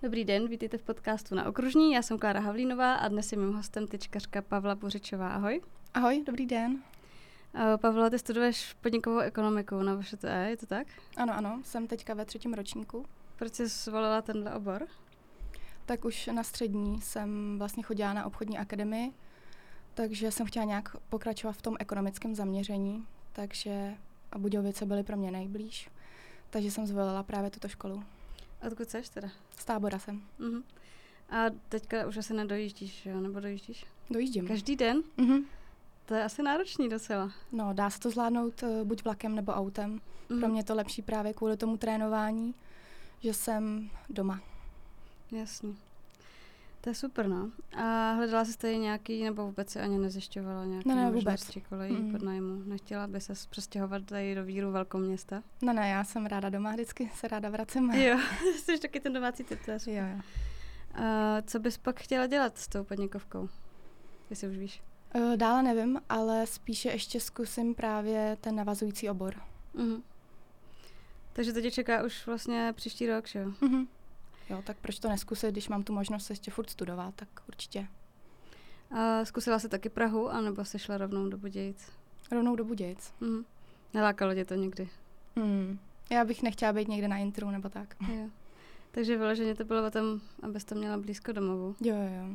Dobrý den, vítejte v podcastu Na okružní. Já jsem Klára Havlínová a dnes je mým hostem tyčkařka Pavla Bořičová. Ahoj. Ahoj, dobrý den. Pavla, ty studuješ podnikovou ekonomiku na VŠTE, je to tak? Ano, jsem teďka ve 3. ročníku. Proč jsi zvolila tenhle obor? Tak už na střední jsem vlastně chodila na obchodní akademii, takže jsem chtěla nějak pokračovat v tom ekonomickém zaměření, takže a Budějovice byly pro mě nejblíž, takže jsem zvolila právě tuto školu. Odkud seš teda? Z Tábora jsem. Uh-huh. A teďka už asi nedojíždíš, jo? Nebo dojíždíš? Dojíždím. Každý den? Uh-huh. To je asi náročný docela. No, dá se to zvládnout buď vlakem nebo autem. Pro mě je to lepší právě kvůli tomu trénování, že jsem doma. Jasně. To je super, no. A hledala jsi tady nějaký, nebo vůbec si ani nezjišťovala nějaký možnosti kolejí pod nájmu? Nechtěla by se přestěhovat tady do Víru velkoměsta? Ne, já jsem ráda doma, vždycky se ráda vracím. Jo, jsi taky ten domácí typ. Jo. Co bys pak chtěla dělat s tou podnikovkou? Jestli už víš. Dále nevím, ale spíše ještě zkusím právě ten navazující obor. Uh-huh. Takže to tě čeká už vlastně příští rok, že jo? Uh-huh. Jo, tak proč to neskusit, když mám tu možnost ještě furt studovat, tak určitě. A zkusila jsi taky Prahu, anebo jsi šla rovnou do Budějic? Rovnou do Budějic. Uh-huh. Nelákalo tě to někdy? Já bych nechtěla být někde na intru nebo tak. Jo. Takže vyloženě to bylo o tom, abys to měla blízko domovu. Jo.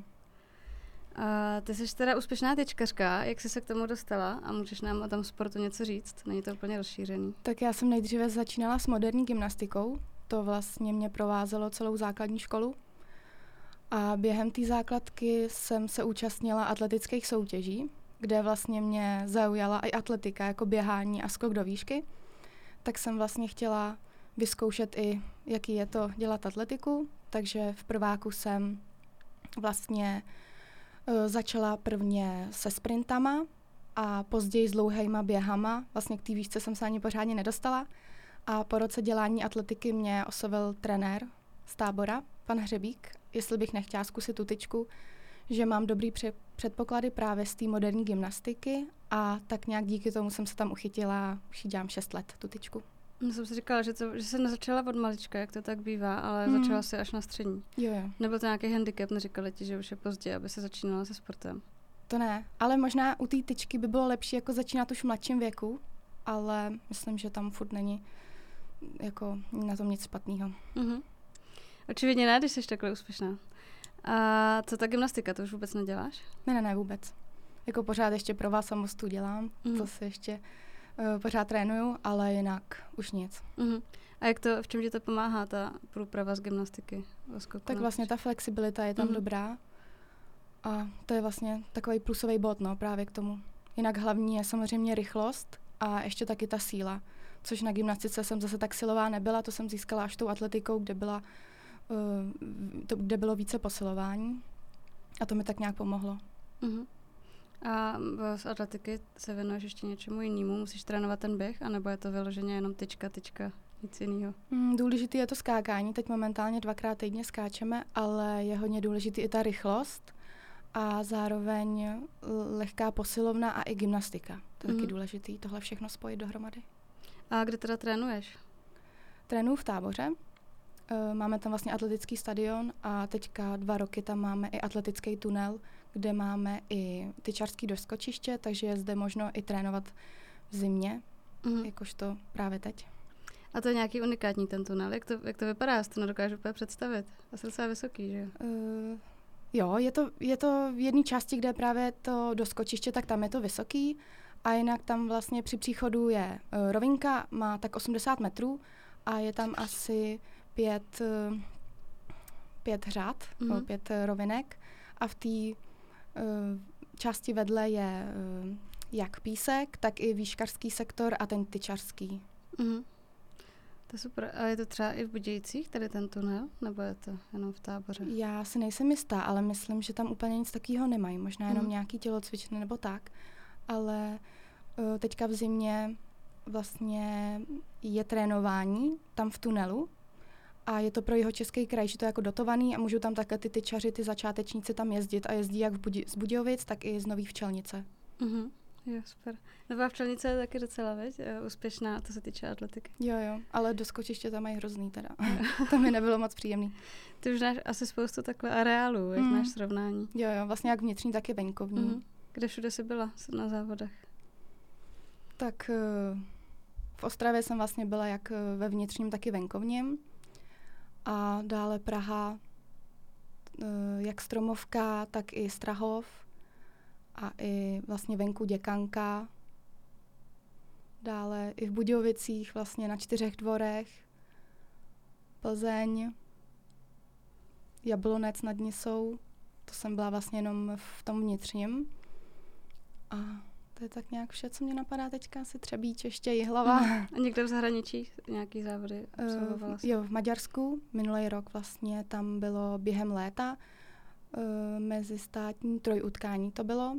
A ty jsi teda úspěšná tyčkařka, jak jsi se k tomu dostala a můžeš nám o tom sportu něco říct? Není to úplně rozšířený. Tak já jsem nejdříve začínala s moderní gymnastikou, to vlastně mě provázelo celou základní školu a během té základky jsem se účastnila atletických soutěží, kde vlastně mě zaujala i atletika, jako běhání a skok do výšky, tak jsem vlastně chtěla vyzkoušet i, jaký je to dělat atletiku, takže v prváku jsem vlastně začala prvně se sprintama a později s dlouhejma běhama. Vlastně k té výšce jsem se ani pořádně nedostala. A po roce dělání atletiky mě oslovil trenér z Tábora, pan Hřebík, jestli bych nechtěla zkusit tu tyčku, že mám dobrý předpoklady právě z té moderní gymnastiky a tak nějak díky tomu jsem se tam uchytila a už ji dělám 6 let, tu tyčku. Já jsem si říkala, že jsem nezačala od malička, jak to tak bývá, ale začala si až na střední. Jo. Nebyl to nějaký handicap, neříkali ti, že už je pozdě, aby se začínala se sportem? To ne, ale možná u té tyčky by bylo lepší jako začínat už v mladším věku, ale myslím, že tam furt není jako na tom nic špatného. Uh-huh. Očividně ne, když jsi takhle úspěšná. A co ta gymnastika, to už vůbec neděláš? Ne, vůbec. Jako pořád ještě pro vás samostu dělám, to se ještě pořád trénuju, ale jinak už nic. Uh-huh. A v čem ti to pomáhá, ta průprava z gymnastiky? Tak vlastně ta flexibilita je tam dobrá a to je vlastně takový plusový bod, no, právě k tomu. Jinak hlavní je samozřejmě rychlost a ještě taky ta síla, což na gymnastice jsem zase tak silová nebyla, to jsem získala až tou atletikou, kde bylo více posilování a to mi tak nějak pomohlo. Uh-huh. A z atletiky se věnuješ ještě něčemu jinému? Musíš trénovat ten běh, anebo je to vyloženě jenom tyčka, nic jiného? Důležitý je to skákání, teď momentálně 2krát týdně skáčeme, ale je hodně důležitý i ta rychlost a zároveň lehká posilovna a i gymnastika. To je taky důležitý, tohle všechno spojit dohromady. A kde teda trénuješ? Trénuju v Táboře. Máme tam vlastně atletický stadion a teďka 2 roky tam máme i atletický tunel, kde máme i tyčařský doskočiště, takže je zde možno i trénovat v zimě, jakožto právě teď. A to je nějaký unikátní ten tunel? Jak to vypadá? Já si to nedokážu úplně představit. Asi docela vysoký, že jo? Jo, je to v jedné části, kde je právě to doskočiště, tak tam je to vysoký a jinak tam vlastně při příchodu je rovinka, má tak 80 metrů a je tam asi 5 řád, 5 rovinek a v té části vedle je jak písek, tak i výškařský sektor a ten tyčařský. Uh-huh. To je super. A je to třeba i v Budějcích, tady ten tunel, nebo je to jenom v Táboře? Já si nejsem jistá, ale myslím, že tam úplně nic takového nemají. Možná jenom nějaký tělocvičny nebo tak. Ale teďka v zimě vlastně je trénování tam v tunelu a je to pro Jihočeský kraj, že to je jako dotovaný a můžou tam také ty tyčaři, ty začátečníci tam jezdit a jezdí jak z Budějovic, tak i z Nový Včelnice. Jo, super. Nová Včelnice je taky docela, veď? Úspěšná, to se týče atletiky. Jo, ale do skočiště tam mají hrozný teda. To mi nebylo moc příjemný. Ty už máš asi spoustu takhle areálů, jak máš srovnání. Jo, vlastně jak vnitřní, tak i venkovní. Kde všude jsi byla na závodech? Tak v Ostravě jsem vlastně byla jak ve vnitřním, tak i venkovním. A dále Praha, jak Stromovka, tak i Strahov. A i vlastně venku Děkanka. Dále i v Budějovicích, vlastně na 4 dvorech. Plzeň, Jablonec nad Nisou. To jsem byla vlastně jenom v tom vnitřním. A to je tak nějak vše, co mě napadá teďka. Asi Třebíč, ještě Jihlava. A někde v zahraničí nějaký závody absolvovala jsi? Jo, v Maďarsku. Minulý rok vlastně tam bylo během léta mezistátní trojutkání to bylo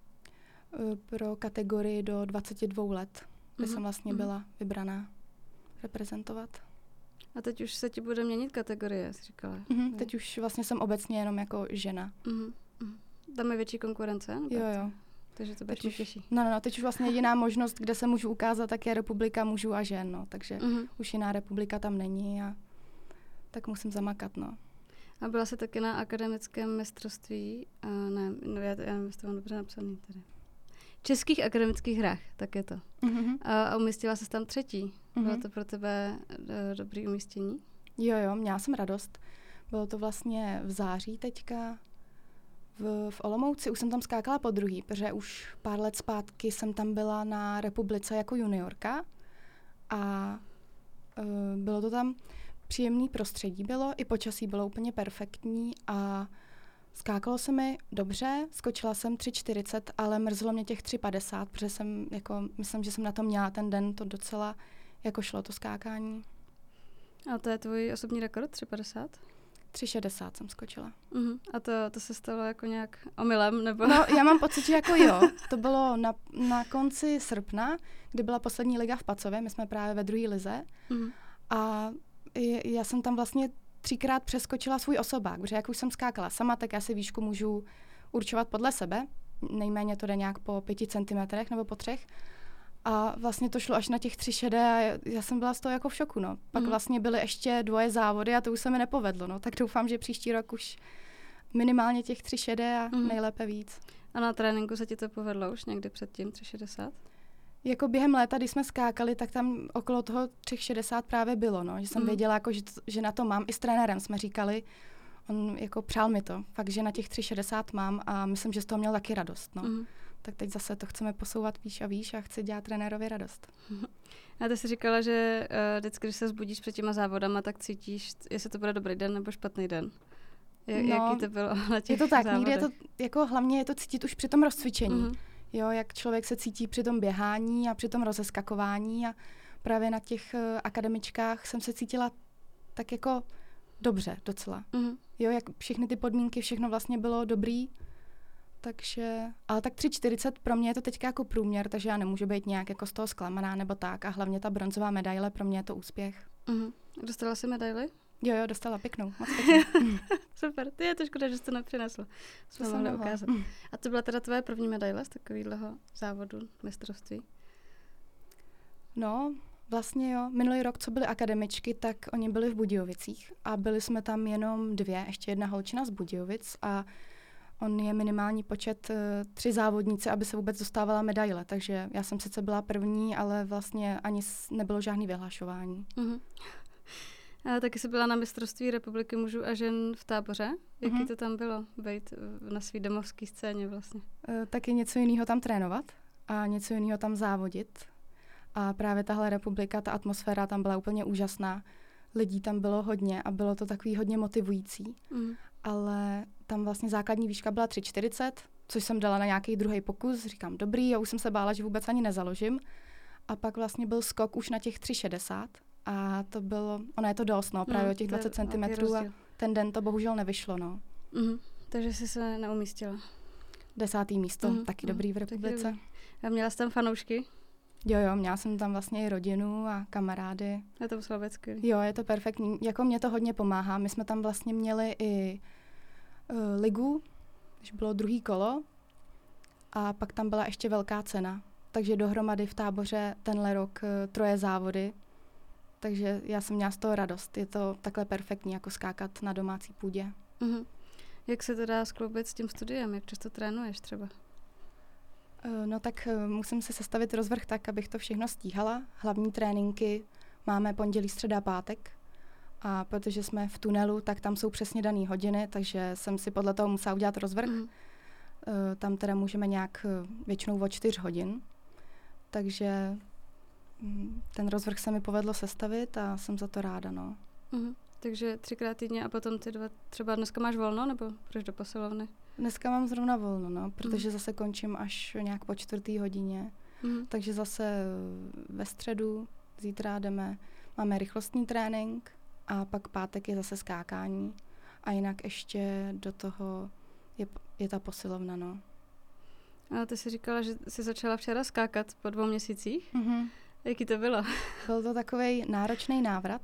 pro kategorii do 22 let, kde jsem vlastně byla vybraná reprezentovat. A teď už se ti bude měnit kategorie, jsi říkala. Teď už vlastně jsem obecně jenom jako žena. Tam je větší konkurence? Jo. Takže to bude těžší. No, teď už vlastně jediná možnost, kde se můžu ukázat, tak je republika mužů a žen, no. Takže už jiná republika tam není a tak musím zamakat, no. A byla jsi taky na akademickém mistrovství, já nevím, jestli to mám dobře napsaný tady. Českých akademických hrách, tak je to. A umístila se tam 3. Bylo to pro tebe dobrý umístění? Jo, měla jsem radost. Bylo to vlastně v září teďka. V Olomouci už jsem tam skákala po druhý, protože už pár let zpátky jsem tam byla na republice jako juniorka a bylo to tam příjemný prostředí bylo, i počasí bylo úplně perfektní a skákalo se mi dobře, skočila jsem 3,40, ale mrzelo mě těch 3,50, protože jsem myslím, že jsem na to měla ten den, to docela jako šlo to skákání. A to je tvůj osobní rekord, 3,50? 3,60 jsem skočila. A to se stalo jako nějak omylem, nebo? No, já mám pocit, že jako jo. To bylo na konci srpna, kdy byla poslední liga v Pacově, my jsme právě ve 2. lize. A já jsem tam vlastně 3krát přeskočila svůj osobák, protože jak už jsem skákala sama, tak já si výšku můžu určovat podle sebe. Nejméně to jde nějak po 5 centimetrech nebo po 3. A vlastně to šlo až na těch 3 šedé a já jsem byla z toho jako v šoku, no. Pak vlastně byly ještě 2 závody a to už se mi nepovedlo, no. Tak doufám, že příští rok už minimálně těch 3 šedé a nejlépe víc. A na tréninku se ti to povedlo už někdy předtím 3,60? Jako během léta, když jsme skákali, tak tam okolo toho 3,60 právě bylo, no. Že jsem věděla, jako, že na to mám. I s trenérem jsme říkali, on jako přál mi to, fakt, že na těch 3,60 mám a myslím, že z toho měl taky radost, no. Tak teď zase to chceme posouvat výš a výš a chci dělat trenérovi radost. A ty jsi říkala, že vždycky, když se zbudíš před těma závodama, tak cítíš, jestli to bude dobrý den nebo špatný den. Jaký to bylo na těch je to tak, závodech? někdy je to, jako hlavně je to cítit už při tom rozcvičení. Jo, jak člověk se cítí při tom běhání a při tom rozeskakování a právě na těch akademičkách jsem se cítila tak jako dobře docela. Jo, jak všechny ty podmínky, všechno vlastně bylo dobrý. Takže, ale tak 3,40 pro mě je to teďka jako průměr, takže já nemůžu být nějak jako z toho zklamaná nebo tak a hlavně ta bronzová medaile pro mě je to úspěch. Dostala jsi medaili? Jo, dostala pěknou, moc pěknou. Super, ty je to škoda, že jsi to nepřinesla. Jsme mohli ukázat. A to byla teda tvoje první medaile z takového závodu, mistrovství? No, vlastně jo. Minulý rok, co byly akademičky, tak oni byli v Budějovicích a byli jsme tam jenom 2, ještě jedna holčina z Budějovic a on je minimální počet 3 závodníci, aby se vůbec dostávala medaile, takže já jsem sice byla první, ale vlastně ani nebylo žádný vyhlašování. A taky jsi byla na mistrovství republiky mužů a žen v Táboře. Jaký to tam bylo, být na svý domovské scéně vlastně? Taky něco jiného tam trénovat a něco jiného tam závodit. A právě tahle republika, ta atmosféra tam byla úplně úžasná. Lidí tam bylo hodně a bylo to takový hodně motivující. Ale tam vlastně základní výška byla 3,40, což jsem dala na nějaký druhý pokus. Říkám, dobrý, a už jsem se bála, že vůbec ani nezaložím. A pak vlastně byl skok už na těch 3,60. A to bylo, ono je to dost, no, právě o těch 20 cm a ten den to bohužel nevyšlo, no. Takže jsi se neumístila. 10. místo, taky dobrý v republice. Dobrý. A měla jsi tam fanoušky? Jo, měla jsem tam vlastně i rodinu a kamarády. A to muselo být skvělý. Jo, je to perfektní, jako mě to hodně pomáhá. My jsme tam vlastně měli i ligu, když bylo druhý kolo a pak tam byla ještě velká cena. Takže dohromady v Táboře tenhle rok 3 závody. Takže já jsem měla z toho radost. Je to takhle perfektní, jako skákat na domácí půdě. Mm-hmm. Jak se to dá skloubit s tím studiem? Jak často trénuješ třeba? No tak musím se sestavit rozvrh tak, abych to všechno stíhala. Hlavní tréninky máme pondělí, středa, pátek. A protože jsme v tunelu, tak tam jsou přesně dané hodiny, takže jsem si podle toho musela udělat rozvrh. Tam teda můžeme nějak většinou o 4 hodin. Takže ten rozvrh se mi povedlo sestavit a jsem za to ráda, no. Takže 3krát týdně a potom ty 2, třeba dneska máš volno, nebo půjdeš do posilovny? Dneska mám zrovna volno, no, protože zase končím až nějak po 4. hodině. Takže zase ve středu, zítra máme rychlostní trénink a pak pátek je zase skákání. A jinak ještě do toho je ta posilovna, no. A ty jsi říkala, že jsi začala včera skákat po 2 měsících. Jaký to bylo? Byl to takovej náročný návrat.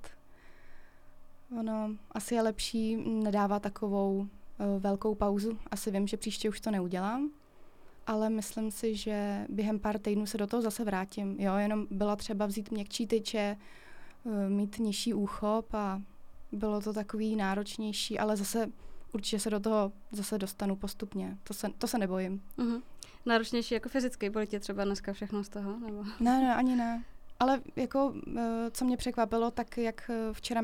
Ono asi je lepší nedávat takovou velkou pauzu. Asi vím, že příště už to neudělám, ale myslím si, že během pár týdnů se do toho zase vrátím. Jo, jenom byla třeba vzít měkčí tyče, mít nižší úchop a bylo to takový náročnější, ale zase určitě se do toho zase dostanu postupně. To se nebojím. Náročnější jako fyzicky, bolí tě třeba dneska všechno z toho? Nebo? Ne, ani ne. Ale jako, co mě překvapilo, tak jak včera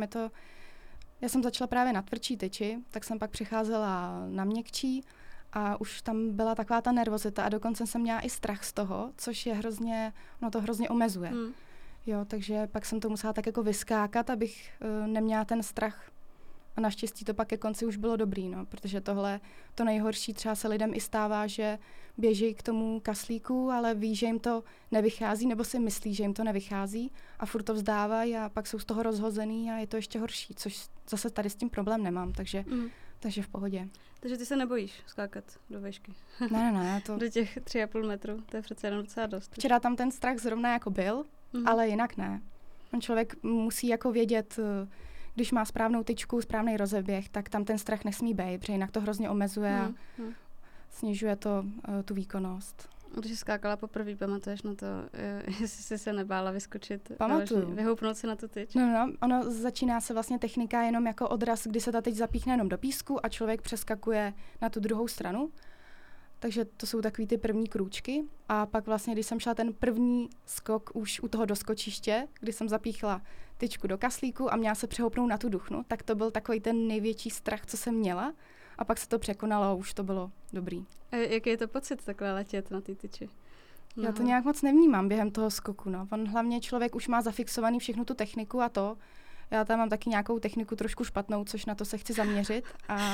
já jsem začala právě na tvrdší tyči, tak jsem pak přecházela na měkčí a už tam byla taková ta nervozita a dokonce jsem měla i strach z toho, což je to hrozně omezuje. Jo, takže pak jsem to musela tak jako vyskákat, abych neměla ten strach. A naštěstí to pak ke konci už bylo dobrý, no, protože to nejhorší třeba se lidem i stává, že běží k tomu kaslíku, ale ví, že jim to nevychází, nebo si myslí, že jim to nevychází a furt to vzdávají a pak jsou z toho rozhozený a je to ještě horší, což zase tady s tím problém nemám, takže v pohodě. Takže ty se nebojíš skákat do výšky? Ne. Do těch 3,5 metru, to je přece jenom docela dost. Včera tam ten strach zrovna jako byl, ale jinak ne. On člověk musí jako vědět, když má správnou tyčku, správný rozeběh, tak tam ten strach nesmí být, protože jinak to hrozně omezuje a snižuje to tu výkonnost. Když jsi skákala poprvé, pamatuješ na to, jestli jsi se nebála vyskočit? Pamatuju. Vyhoupnout si na tu tyč? No, ono začíná se vlastně technika jenom jako odraz, kdy se ta tyč zapíchne jenom do písku a člověk přeskakuje na tu druhou stranu. Takže to jsou takový ty první krůčky. A pak vlastně, když jsem šla ten první skok už u toho doskočiště, kdy jsem zapíchla tyčku do kaslíku a měla se přehoupnout na tu duchnu, tak to byl takový ten největší strach, co jsem měla. A pak se to překonalo a už to bylo dobrý. A jaký je to pocit takhle letět na ty tyči? Já to nějak moc nevnímám během toho skoku. No. Hlavně člověk už má zafixovaný všechnu tu techniku a to. Já tam mám taky nějakou techniku trošku špatnou, což na to se chci zaměřit.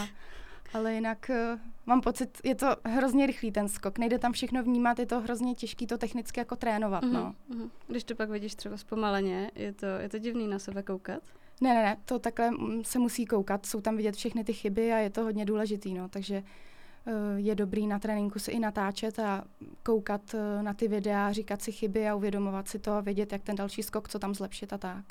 Ale jinak mám pocit, je to hrozně rychlý ten skok. Nejde tam všechno vnímat, je to hrozně těžký to technicky jako trénovat. No. Když to pak vidíš třeba zpomaleně, je to divný na sebe koukat? Ne, to takhle se musí koukat. Jsou tam vidět všechny ty chyby a je to hodně důležitý. No. Takže je dobrý na tréninku se i natáčet a koukat na ty videa, říkat si chyby a uvědomovat si to a vědět, jak ten další skok, co tam zlepšit a tak.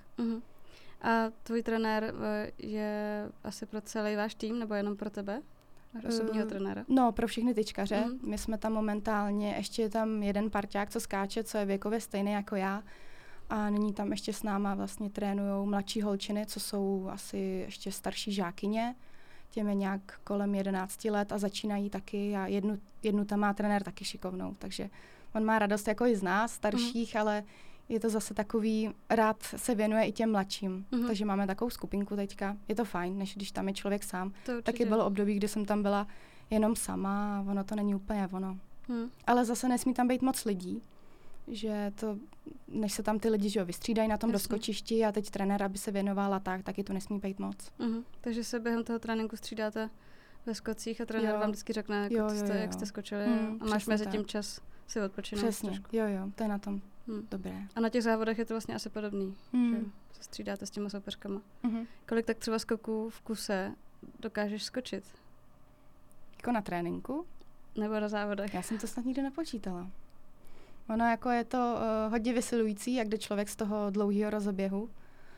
A tvůj trenér je asi pro celý váš tým, nebo jenom pro tebe? Osobního trenéra? No, pro všechny tyčkaře. My jsme tam momentálně, ještě je tam jeden parťák, co skáče, co je věkově stejný jako já. A nyní tam ještě s náma vlastně trénujou mladší holčiny, co jsou asi ještě starší žákyně. Těm je nějak kolem 11 let a začínají taky a jednu tam má trenér taky šikovnou. Takže on má radost jako i z nás, starších, ale je to zase takový, rád se věnuje i těm mladším. Takže máme takovou skupinku teďka. Je to fajn, než když tam je člověk sám. Taky bylo období, kdy jsem tam byla jenom sama a ono to není úplně ono. Ale zase nesmí tam být moc lidí, že to, než se tam ty lidi vystřídají na tom doskočišti a teď trenér, aby se věnovala taky to nesmí být moc. Takže se během toho tréninku střídáte ve skocích a trenér vám vždycky řekne, jak jste skočili a máš mezi tím čas si odpočinout. Přesně, trošku. Jo, to je na tom dobré. A na těch závodech je to vlastně asi podobný, že se střídáte s těma soupeřkama. Kolik tak třeba skoků v kuse dokážeš skočit? Jako na tréninku? Nebo na závodech? Já jsem to snad nikdy nepočítala. Ono jako je to hodně vysilující, jak jde člověk z toho dlouhého rozeběhu.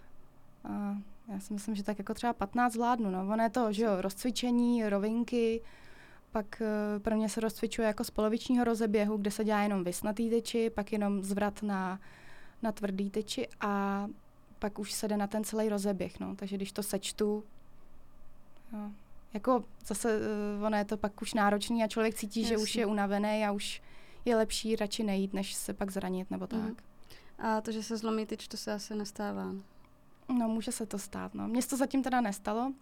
A já si myslím, že tak jako třeba 15 zvládnu. No. Ono je to, že jo, rozcvičení, rovinky Pak pro mě se rozcvičuje jako z polovičního rozeběhu, kde se dělá jenom vis na té tyči, pak jenom zvrat na tvrdý tyči a pak už se jde na ten celý rozeběh. No. Takže když to sečtu, no, jako zase ono je to pak už náročný a člověk cítí, Jasně. že už je unavený a už je lepší radši nejít, než se pak zranit nebo tak. A to, že se zlomí tyč, to se asi nestává? No, může se to stát. No. Mně se to zatím teda nestalo,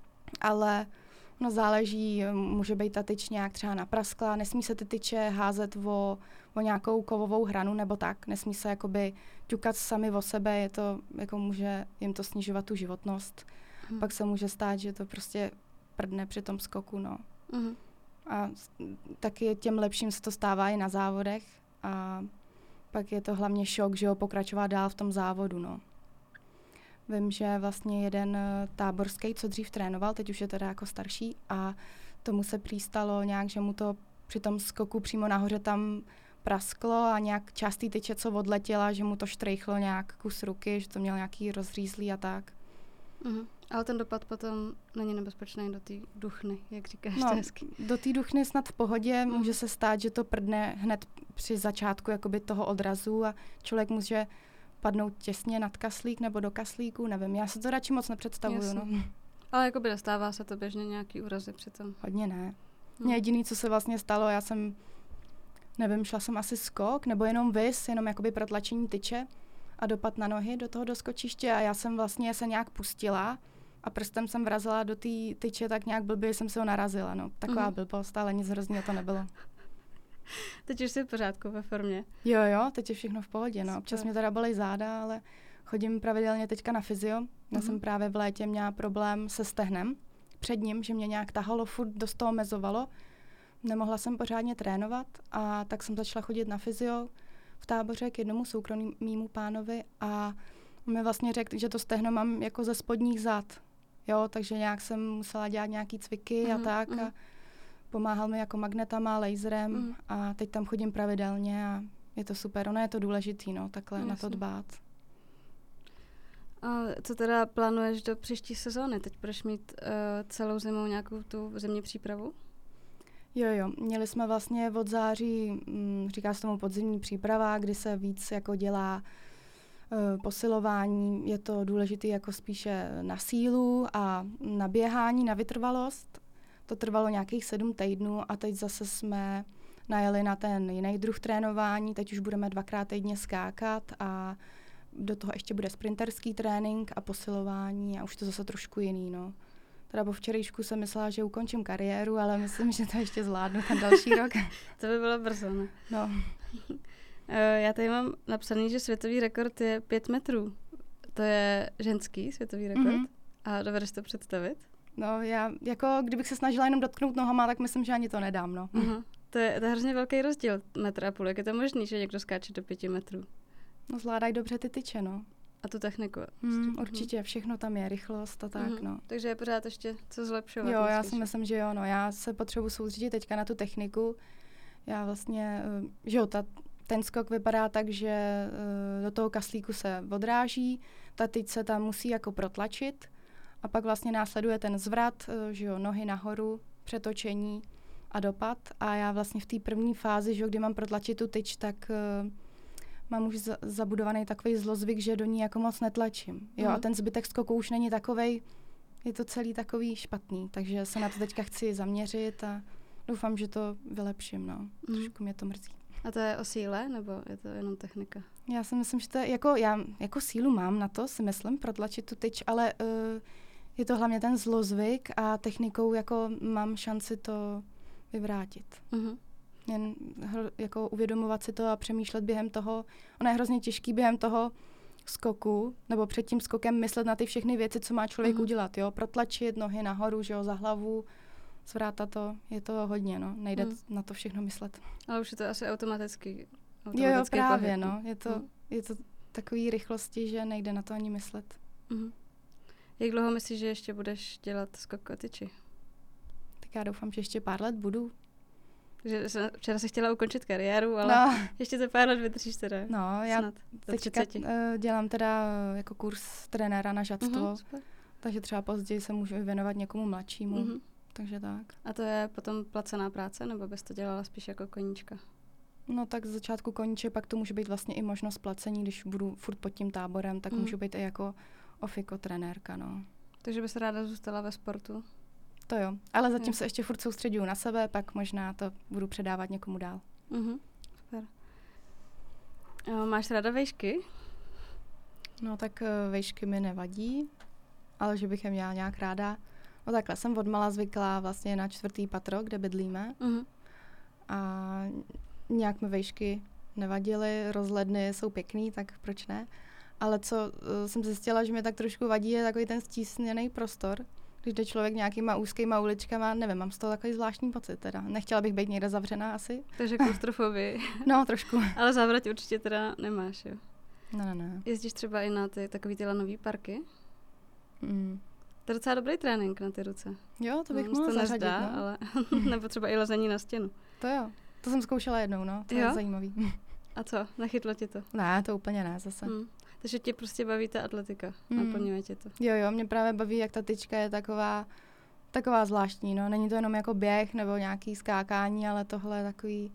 ale no záleží, může být ta tyč nějak třeba naprasklá, nesmí se ty tyče házet o nějakou kovovou hranu nebo tak, nesmí se jakoby ťukat sami o sebe, je to, jako může jim to snižovat tu životnost. Pak se může stát, že to prostě prdne při tom skoku, no. A taky těm lepším se to stává i na závodech a pak je to hlavně šok, že ho pokračovat dál v tom závodu, no. Vím, že vlastně jeden táborský, co dřív trénoval, teď už je teda jako starší a tomu se přístalo nějak, že mu to při tom skoku přímo nahoře tam prasklo a nějak část té tyče, co odletěla, že mu to štrejchlo nějak kus ruky, že to měl nějaký rozřízlý a tak. Ale ten dopad potom není nebezpečný do té duchny, jak říkáš, no, to hezky. Do té duchny snad v pohodě, může se stát, že to prdne hned při začátku jakoby toho odrazu a člověk může padnout těsně nad kaslík nebo do kaslíku, nevím, já se to radši moc nepředstavuju. No. Ale jakoby dostává se to běžně nějaký úrazy přitom. Hodně ne. Mně jediný, co se vlastně stalo, já jsem, nevím, šla jsem asi skok, nebo jenom vis, jenom jakoby protlačení tyče a dopad na nohy do toho doskočiště a já jsem vlastně se nějak pustila a prstem jsem vrazila do té tyče tak nějak blbě, jsem se ho narazila, no. Taková blbost, ale nic hrozného to nebylo. Teď už jsi v pořádku ve formě. Jo, teď je všechno v pohodě, no. Občas mě teda bolej záda, ale chodím pravidelně teďka na fyzio. Já jsem právě v létě měla problém se stehnem před ním, že mě nějak tahalo, furt dost toho mezovalo. Nemohla jsem pořádně trénovat a tak jsem začala chodit na fyzio v Táboře k jednomu soukromému pánovi a on mi vlastně řekl, že to stehno mám jako ze spodních zad. Jo, takže nějak jsem musela dělat nějaký cviky a tak a pomáhal mi jako magnetama, laserem a teď tam chodím pravidelně a je to super. Ono je to důležitý, no, takhle na to dbát. A co teda plánuješ do příští sezóny? Teď budeš mít celou zimou nějakou tu zimní přípravu? Jo, měli jsme vlastně od září, říká se tomu podzimní příprava, kdy se víc jako dělá posilování. Je to důležité jako spíše na sílu a na běhání, na vytrvalost. To trvalo nějakých 7 týdnů a teď zase jsme najeli na ten jiný druh trénování. Teď už budeme 2x týdně skákat a do toho ještě bude sprinterský trénink a posilování a už to zase trošku jiný, no. Teda po včerejšku jsem myslela, že ukončím kariéru, ale myslím, že to ještě zvládnu ten další rok. To by bylo brzo, ne? No. Já tady mám napsaný, že světový rekord je 5 metrů. To je ženský světový rekord. A dovedeš to představit? No, já jako kdybych se snažila jenom dotknout nohama, tak myslím, že ani to nedám, no. To je hrozně velký rozdíl, 1,5 metru. Jak je to možný, že někdo skáče do 5 metrů? No, zvládají dobře ty tyče, no. A tu techniku. Určitě, všechno tam je, rychlost a tak, no. Takže je pořád ještě co zlepšovat. Jo, já si myslím, že jo, no. Já se potřebuji soustředit teďka na tu techniku. Já vlastně, že jo, ten skok vypadá tak, že do toho kaslíku se odráží, ta tyč se tam musí jako protlačit a pak vlastně následuje ten zvrat, že jo, nohy nahoru, přetočení a dopad. A já vlastně v té první fázi, že jo, kdy mám protlačit tu tyč, tak mám už zabudovaný takový zlozvyk, že do ní jako moc netlačím. Jo, a ten zbytek skoku už není takovej, je to celý takový špatný, takže se na to teďka chci zaměřit a doufám, že to vylepším, no. Trošku mě to mrzí. A to je o síle, nebo je to jenom technika? Já si myslím, že to je, já jako sílu mám na to, si myslím, protlačit tu tyč, ale je to hlavně ten zlozvyk a technikou jako mám šanci to vyvrátit. Jen jako uvědomovat si to a přemýšlet během toho. Ono je hrozně těžký během toho skoku, nebo před tím skokem myslet na ty všechny věci, co má člověk udělat, jo. Protlačit nohy nahoru, že jo, za hlavu, zvrátat to, je to hodně, no. Nejde na to všechno myslet. Ale už je to asi automatický jo, právě, pohyb, no. Je to takový rychlosti, že nejde na to ani myslet. Jak dlouho myslíš, že ještě budeš dělat skok o tyči? Tak já doufám, že ještě pár let budu. Že včera si chtěla ukončit kariéru, ale ještě to pár let vydržíš teda. No, já teďka dělám teda jako kurz trenéra na žadstvo, takže třeba později se můžu věnovat někomu mladšímu. Takže tak. A to je potom placená práce, nebo bys to dělala spíš jako koníčka? No tak z začátku koníček, pak to může být vlastně i možnost placení, když budu furt pod tím táborem, tak můžu být i jako ofiko trenérka, no. Takže bys ráda zůstala ve sportu? To jo, ale zatím se ještě furt soustředuju na sebe, pak možná to budu předávat někomu dál. Super. Máš ráda vejšky? No tak vejšky mi nevadí, ale že bych je měla nějak ráda. No takhle, jsem odmala zvyklá vlastně na 4. patro, kde bydlíme. A nějak mi vejšky nevadily, rozhledny jsou pěkný, tak proč ne? Ale co jsem zjistila, že mě tak trošku vadí, je takový ten stísněný prostor. Když jde člověk nějakýma úzkýma uličkama, nevím, mám z toho takový zvláštní pocit teda. Nechtěla bych být někde zavřená asi. Takže klaustrofobii. No, trošku. Ale závrať určitě teda nemáš, jo? Ne. Jezdíš třeba i na takový ty lanový parky? To je docela dobrý trénink na ty ruce. Jo, to bych mohla zařadit, nezdá, no. Ale nebo třeba i lezení na stěnu. To jo, to jsem zkoušela jednou, no, to je zajímavý. A co, nechytlo tě to? Ne, to úplně ne zase. Takže tě prostě baví ta atletika, naplňuje tě to. Jo, mě právě baví, jak ta tyčka je taková zvláštní, no. Není to jenom jako běh nebo nějaký skákání, ale tohle je takový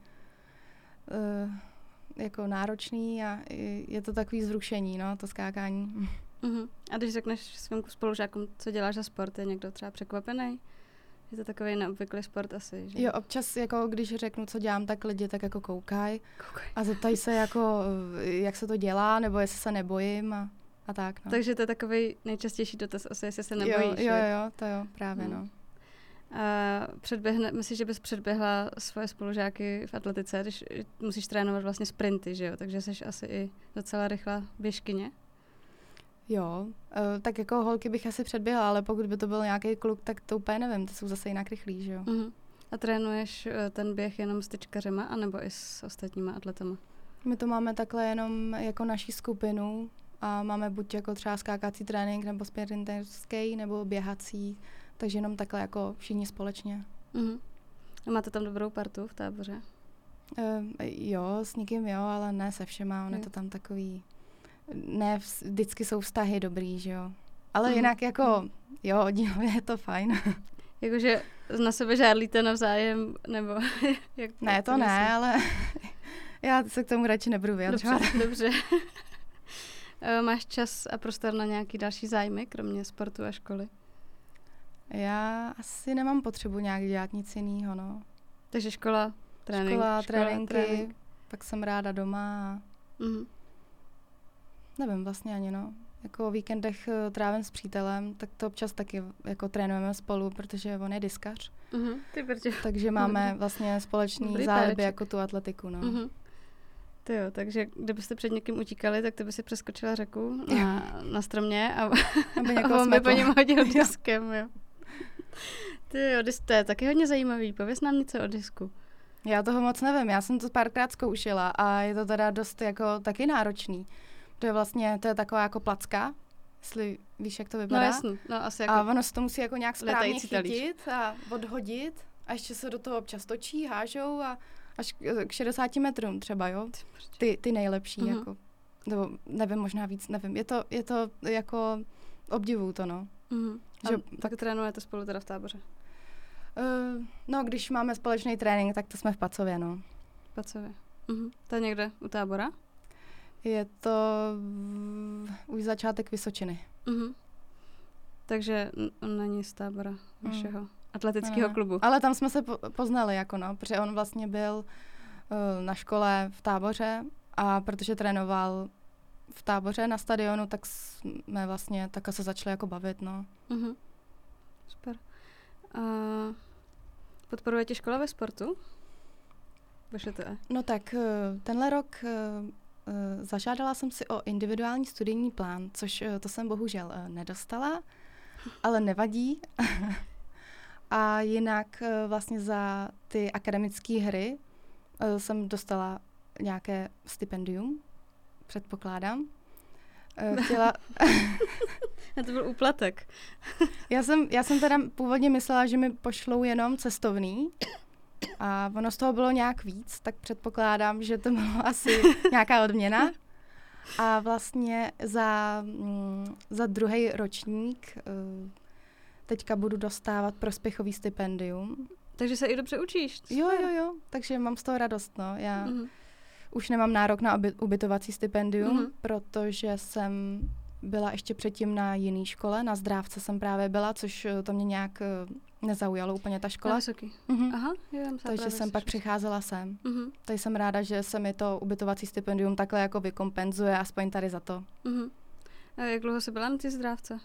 jako náročný a je to takový vzrušení, no, to skákání. A když řekneš svým spolužákům, co děláš za sport, je někdo třeba překvapený? Je to takový neobvyklý sport asi, že? Jo, občas, jako když řeknu, co dělám, tak lidi tak jako koukají a zeptají se, jako, jak se to dělá, nebo jestli se nebojím a tak, no. Takže to je takový nejčastější dotaz asi, jestli se nebojíš. Jo, to jo, právě, no. A myslíš, že bys předběhla svoje spolužáky v atletice, když musíš trénovat vlastně sprinty, že jo? Takže jsi asi i docela rychlá běžkyně? Jo, tak jako holky bych asi předběhla, ale pokud by to byl nějaký kluk, tak to úplně nevím, ty jsou zase jinak rychlí, že jo. A trénuješ ten běh jenom s tyčkařema, anebo i s ostatníma atletama? My to máme takhle jenom jako naši skupinu a máme buď jako třeba skákací trénink, nebo sprinterský, nebo běhací, takže jenom takhle jako všichni společně. A máte tam dobrou partu v táboře? Jo, s někým jo, ale ne se všema, on je to tam takový... Ne, vždycky jsou vztahy dobrý, že jo. Ale jinak jako, jo, dílově je to fajn. Jakože na sebe žárlíte navzájem, nebo jak to? Ne, to ne, ale já se k tomu radši nebudu vyjadřovat. Dobře. Máš čas a prostor na nějaký další zájmy, kromě sportu a školy? Já asi nemám potřebu nějak dělat nic jinýho, no. Takže škola, tréninky. Pak jsem ráda doma a... Nevím vlastně ani, no. Jako o víkendech trávím s přítelem, tak to občas taky jako trénujeme spolu, protože on je diskař. Takže máme vlastně společný záliby jako tu atletiku, no. To jo, takže kdybyste před někým utíkali, tak ty by si přeskočila řeku na stromě a on by po něm hodil diskem, jo. Ty jo, to je taky hodně zajímavý, pověz nám něco o disku. Já toho moc nevím, já jsem to párkrát zkoušela a je to teda dost jako taky náročný. To je taková jako placka, jestli víš, jak to vypadá. No jasný, no asi jako... A ono se to musí jako nějak správně chytit a odhodit a ještě se do toho občas točí, hážou a až k 60 metrům třeba, jo. Ty nejlepší, jako. Nebo nevím, možná víc, nevím. Je to jako obdivuju to, no. Že, tak trénujete spolu teda v táboře? No, když máme společný trénink, tak to jsme v Pacově, no. V Pacově. To je někde u tábora? Je to už začátek Vysočiny. Takže on není z tábora vašeho atletického klubu. Ale tam jsme se poznali, jako no, protože on vlastně byl na škole v táboře a protože trénoval v táboře na stadionu, tak jsme vlastně takhle se začali jako bavit, no. Super. Podporuje tě škola ve sportu? VŠTE? No tak tenhle rok zažádala jsem si o individuální studijní plán, což to jsem bohužel nedostala, ale nevadí. A jinak vlastně za ty akademické hry jsem dostala nějaké stipendium, předpokládám. Chtěla... A to byl úplatek. Já jsem teda původně myslela, že mi pošlou jenom cestovný a ono z toho bylo nějak víc, tak předpokládám, že to bylo asi nějaká odměna. A vlastně za druhý ročník teďka budu dostávat prospěchový stipendium. Takže se i dobře učíš. Jo, takže mám z toho radost, no. Já už nemám nárok na ubytovací stipendium, protože jsem byla ještě předtím na jiné škole, na Zdrávce jsem právě byla, což to mě nějak nezaujalo úplně ta škola. Aha, takže jsem pak přicházela sem. Takže jsem ráda, že se mi to ubytovací stipendium takhle jako vykompenzuje, aspoň tady za to. A jak dlouho jsi byla na té Zdrávce?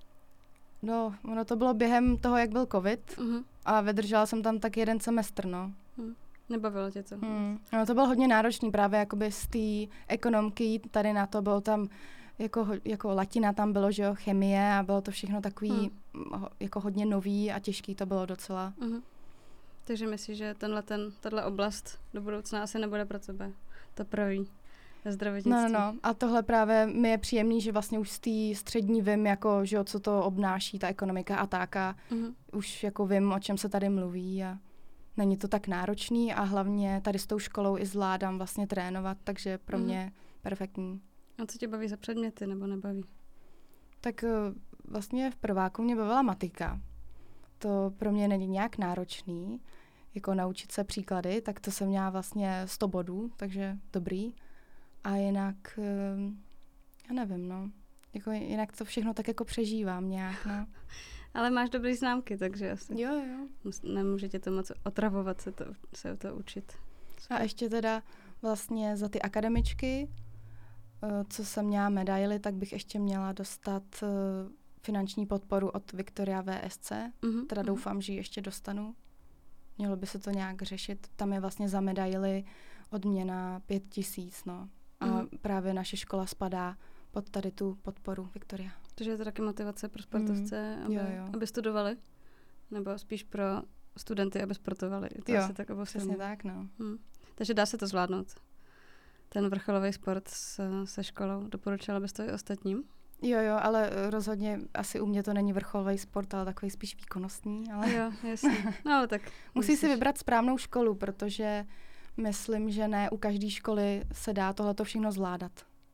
No, ono to bylo během toho, jak byl covid a vydržela jsem tam tak 1 semestr, no. Nebavilo tě to? No, to bylo hodně náročný právě jakoby z té ekonomky, tady na to bylo tam jako latina tam bylo, že jo, chemie a bylo to všechno takový jako hodně nový a těžký to bylo docela. Takže myslíš, že tato oblast do budoucna asi nebude pro tebe to první zdravotnictví? No. A tohle právě mi je příjemný, že vlastně už z té střední vím, jako, že jo, co to obnáší, ta ekonomika a tak a už jako vím, o čem se tady mluví a není to tak náročný a hlavně tady s tou školou i zvládám vlastně trénovat, takže pro mě perfektní. A co tě baví za předměty nebo nebaví? Tak vlastně v prváku mě bavila matika. To pro mě není nějak náročný, jako naučit se příklady, tak to jsem měla vlastně 100 bodů, takže dobrý. A jinak, já nevím, no. Jako jinak to všechno tak jako přežívám nějak, no. Ale máš dobrý známky, takže asi. Jo. Nemůže tě to moc otravovat se to učit. A ještě teda vlastně za ty akademičky, co jsem měla medaily, tak bych ještě měla dostat finanční podporu od Victoria VSC. Teda doufám, že ji ještě dostanu. Mělo by se to nějak řešit. Tam je vlastně za medaily odměna 5 000, no. A právě naše škola spadá pod tady tu podporu Victoria. Takže je to taky motivace pro sportovce, aby studovali? Nebo spíš pro studenty, aby sportovali? To asi tak přesně tak, no. Takže dá se to zvládnout? Ten vrcholový sport se školou. Doporučila bys to i ostatním? Jo, ale rozhodně asi u mě to není vrcholový sport, ale takový spíš výkonnostní. Ale jo, jasně. No, ale tak musí si vybrat správnou školu, protože myslím, že ne u každé školy se dá tohleto všechno zvládat.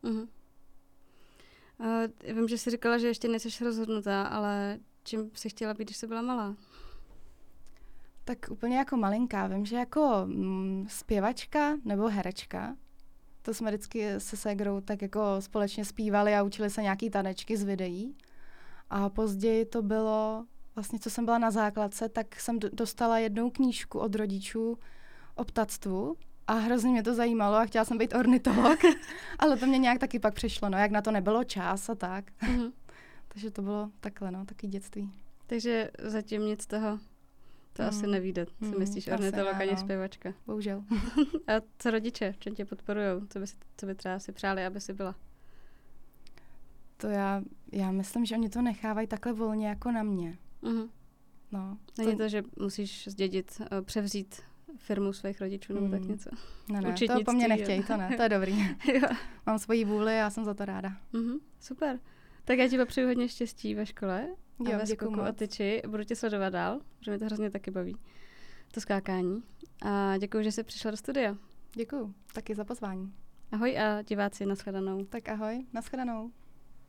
Vím, že jsi říkala, že ještě nejsi rozhodnutá, ale čím jsi chtěla být, když jsi byla malá? Tak úplně jako malinká. Vím, že jako zpěvačka nebo herečka. To jsme vždycky se ségrou tak jako společně zpívali a učili se nějaký tanečky z videí. A později to bylo, vlastně co jsem byla na základce, tak jsem dostala jednou knížku od rodičů o ptactvu a hrozně mě to zajímalo a chtěla jsem být ornitolog, ale to mě nějak taky pak přišlo, no, jak na to nebylo čas a tak. Takže to bylo takhle, no, taky dětství. Takže zatím nic toho to asi nevíde, si myslíš, ornitolog ani zpěvačka. Bohužel. A co rodiče, v čem tě podporujou? Co by třeba si přáli, aby si byla? To já myslím, že oni to nechávají takhle volně jako na mě. No, není to, že musíš zdědit, převzít firmu svých rodičů nebo tak něco? Ne, to po mně nechtějí, to ne, to je dobrý. Mám svoji vůli a já jsem za to ráda. Super. Tak já ti popřeju hodně štěstí ve škole a ve skoku moc. o tyči. Budu tě sledovat dál, protože mě to hrozně taky baví, to skákání. A děkuji, že jsi přišla do studia. Děkuji, taky za pozvání. Ahoj a diváci, nashledanou. Tak ahoj, nashledanou.